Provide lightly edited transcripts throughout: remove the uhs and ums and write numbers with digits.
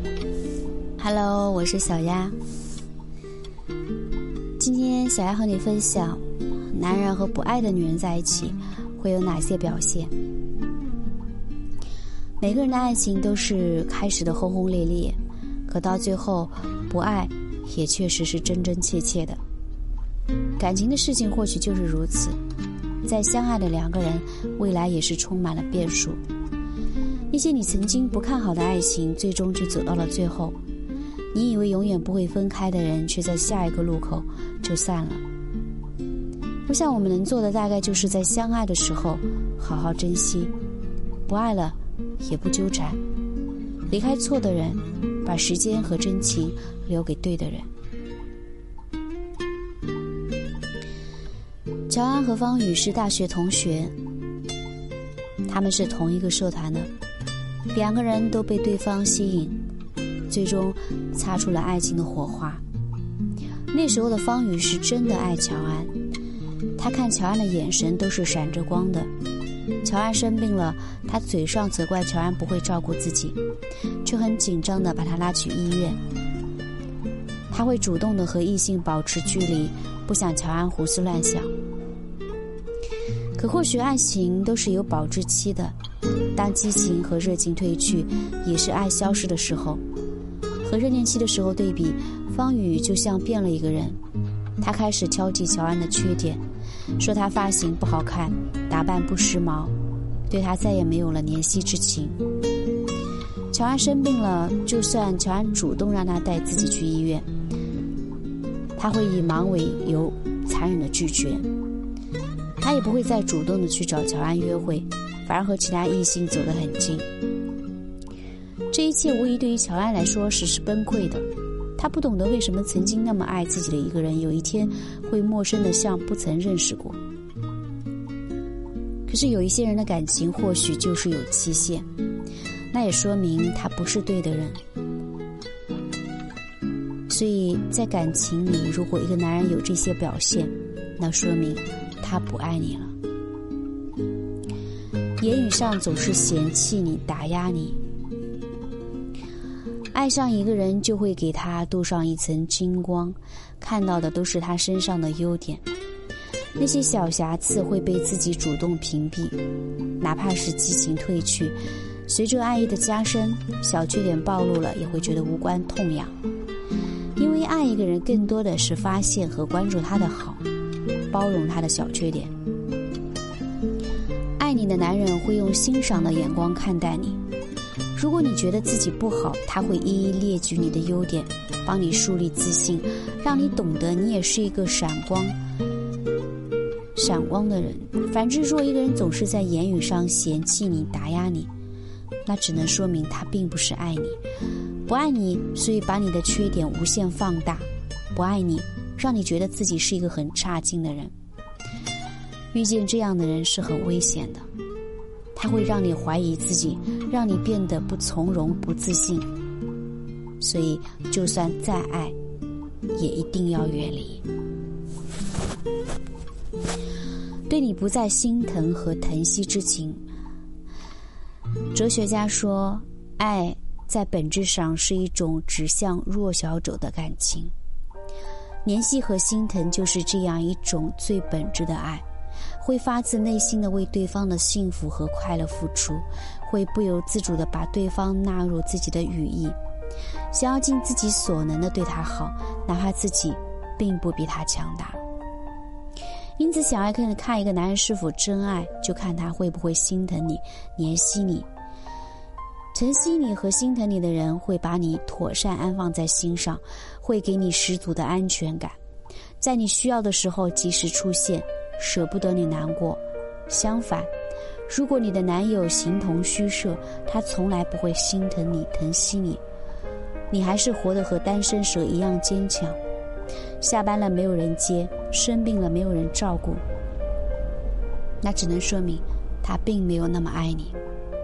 Hello， 我是小丫。今天小丫和你分享，男人和不爱的女人在一起会有哪些表现。每个人的爱情都是开始的轰轰烈烈，可到最后不爱也确实是真真切切的。感情的事情或许就是如此，在相爱的两个人，未来也是充满了变数。一些你曾经不看好的爱情，最终就走到了最后。你以为永远不会分开的人，却在下一个路口就散了。我想我们能做的大概就是在相爱的时候好好珍惜，不爱了也不纠缠，离开错的人，把时间和真情留给对的人。乔安和方宇是大学同学，他们是同一个社团的，两个人都被对方吸引，最终擦出了爱情的火花。那时候的方宇是真的爱乔安，他看乔安的眼神都是闪着光的。乔安生病了，他嘴上责怪乔安不会照顾自己，却很紧张地把他拉去医院。他会主动地和异性保持距离，不想乔安胡思乱想。可或许爱情都是有保质期的，当激情和热情褪去，也是爱消失的时候。和热恋期的时候对比，方宇就像变了一个人。他开始挑剔乔安的缺点，说他发型不好看，打扮不时髦，对他再也没有了怜惜之情。乔安生病了，就算乔安主动让他带自己去医院，他会以忙为由残忍的拒绝。他也不会再主动的去找乔安约会，反而和其他异性走得很近。这一切无疑对于乔安来说是崩溃的。他不懂得为什么曾经那么爱自己的一个人，有一天会陌生的像不曾认识过。可是有一些人的感情或许就是有期限，那也说明他不是对的人。所以在感情里，如果一个男人有这些表现，那说明他不爱你了。言语上总是嫌弃你，打压你。爱上一个人就会给他镀上一层金光，看到的都是他身上的优点，那些小瑕疵会被自己主动屏蔽。哪怕是激情褪去，随着爱意的加深，小缺点暴露了也会觉得无关痛痒。因为爱一个人更多的是发现和关注他的好，包容他的小缺点。爱你的男人会用欣赏的眼光看待你，如果你觉得自己不好，他会一一列举你的优点，帮你树立自信，让你懂得你也是一个闪光的人。反之，若一个人总是在言语上嫌弃你，打压你，那只能说明他并不是爱你。不爱你，所以把你的缺点无限放大；不爱你，让你觉得自己是一个很差劲的人。遇见这样的人是很危险的，他会让你怀疑自己，让你变得不从容、不自信。所以就算再爱，也一定要远离。对你不再心疼和疼惜之情。哲学家说，爱在本质上是一种指向弱小者的感情。怜惜和心疼就是这样一种最本质的爱，会发自内心的为对方的幸福和快乐付出，会不由自主地把对方纳入自己的羽翼，想要尽自己所能的对他好，哪怕自己并不比他强大。因此想要看一个男人是否真爱，就看他会不会心疼你、怜惜你。疼惜你和心疼你的人会把你妥善安放在心上，会给你十足的安全感，在你需要的时候及时出现，舍不得你难过。相反，如果你的男友形同虚设，他从来不会心疼你、疼惜你，你还是活得和单身蛇一样坚强。下班了没有人接，生病了没有人照顾，那只能说明他并没有那么爱你，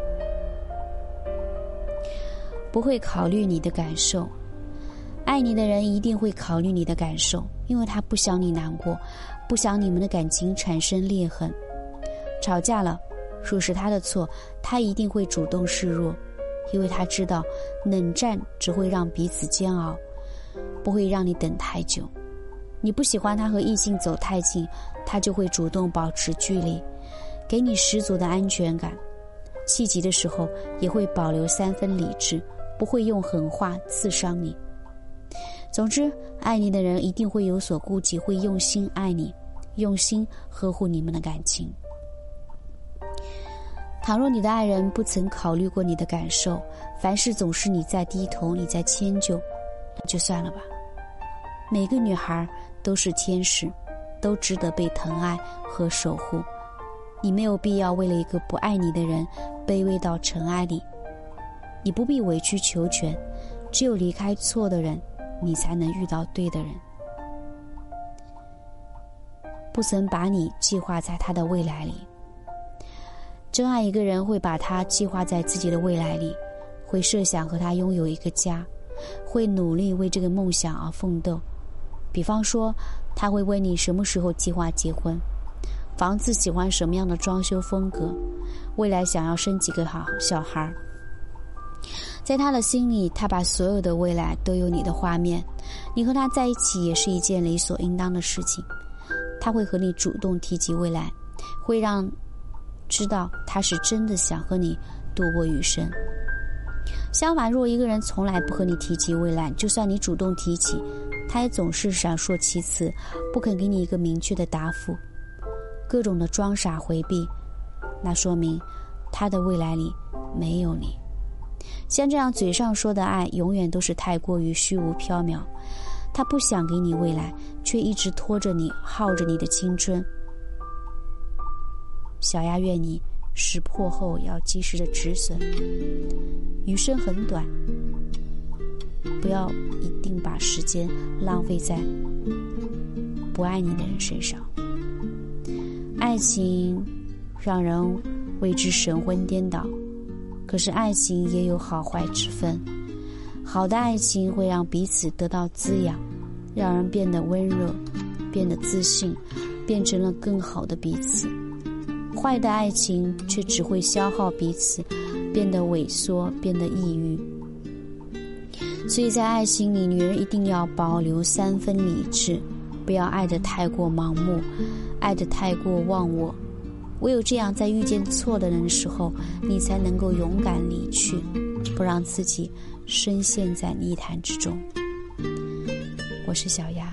不会考虑你的感受。爱你的人一定会考虑你的感受，因为他不想你难过，不想你们的感情产生裂痕。吵架了，若是他的错，他一定会主动示弱， 因为他知道冷战只会让彼此煎熬，不会让你等太久。你不喜欢他和异性走太近，他就会主动保持距离，给你十足的安全感。气急的时候也会保留3分理智，不会用狠话刺伤你。总之，爱你的人一定会有所顾忌，会用心爱你，用心呵护你们的感情。倘若你的爱人不曾考虑过你的感受，凡事总是你在低头，你在迁就，就算了吧。每个女孩都是天使，都值得被疼爱和守护。你没有必要为了一个不爱你的人卑微到尘埃里，你不必委曲求全，只有离开错的人，你才能遇到对的人。不曾把你计划在他的未来里。真爱一个人会把他计划在自己的未来里，会设想和他拥有一个家，会努力为这个梦想而奋斗。比方说，他会问你什么时候计划结婚，房子喜欢什么样的装修风格，未来想要生几个好小孩。在他的心里，他把所有的未来都有你的画面，你和他在一起也是一件理所应当的事情。他会和你主动提及未来，会让知道他是真的想和你度过余生。相反，若一个人从来不和你提及未来，就算你主动提起，他也总是闪烁其词，不肯给你一个明确的答复，各种的装傻回避，那说明他的未来里没有你。像这样嘴上说的爱，永远都是太过于虚无缥缈。他不想给你未来，却一直拖着你，耗着你的青春。小丫愿你识破后要及时的止损，余生很短，不要一定把时间浪费在不爱你的人身上。爱情让人为之神魂颠倒，可是爱情也有好坏之分。好的爱情会让彼此得到滋养，让人变得温热，变得自信，变成了更好的彼此。坏的爱情却只会消耗彼此，变得萎缩，变得抑郁。所以在爱情里，女人一定要保留3分理智，不要爱得太过盲目，爱得太过忘我。唯有这样，在遇见错的人的时候，你才能够勇敢离去，不让自己深陷在泥潭之中。我是小丫。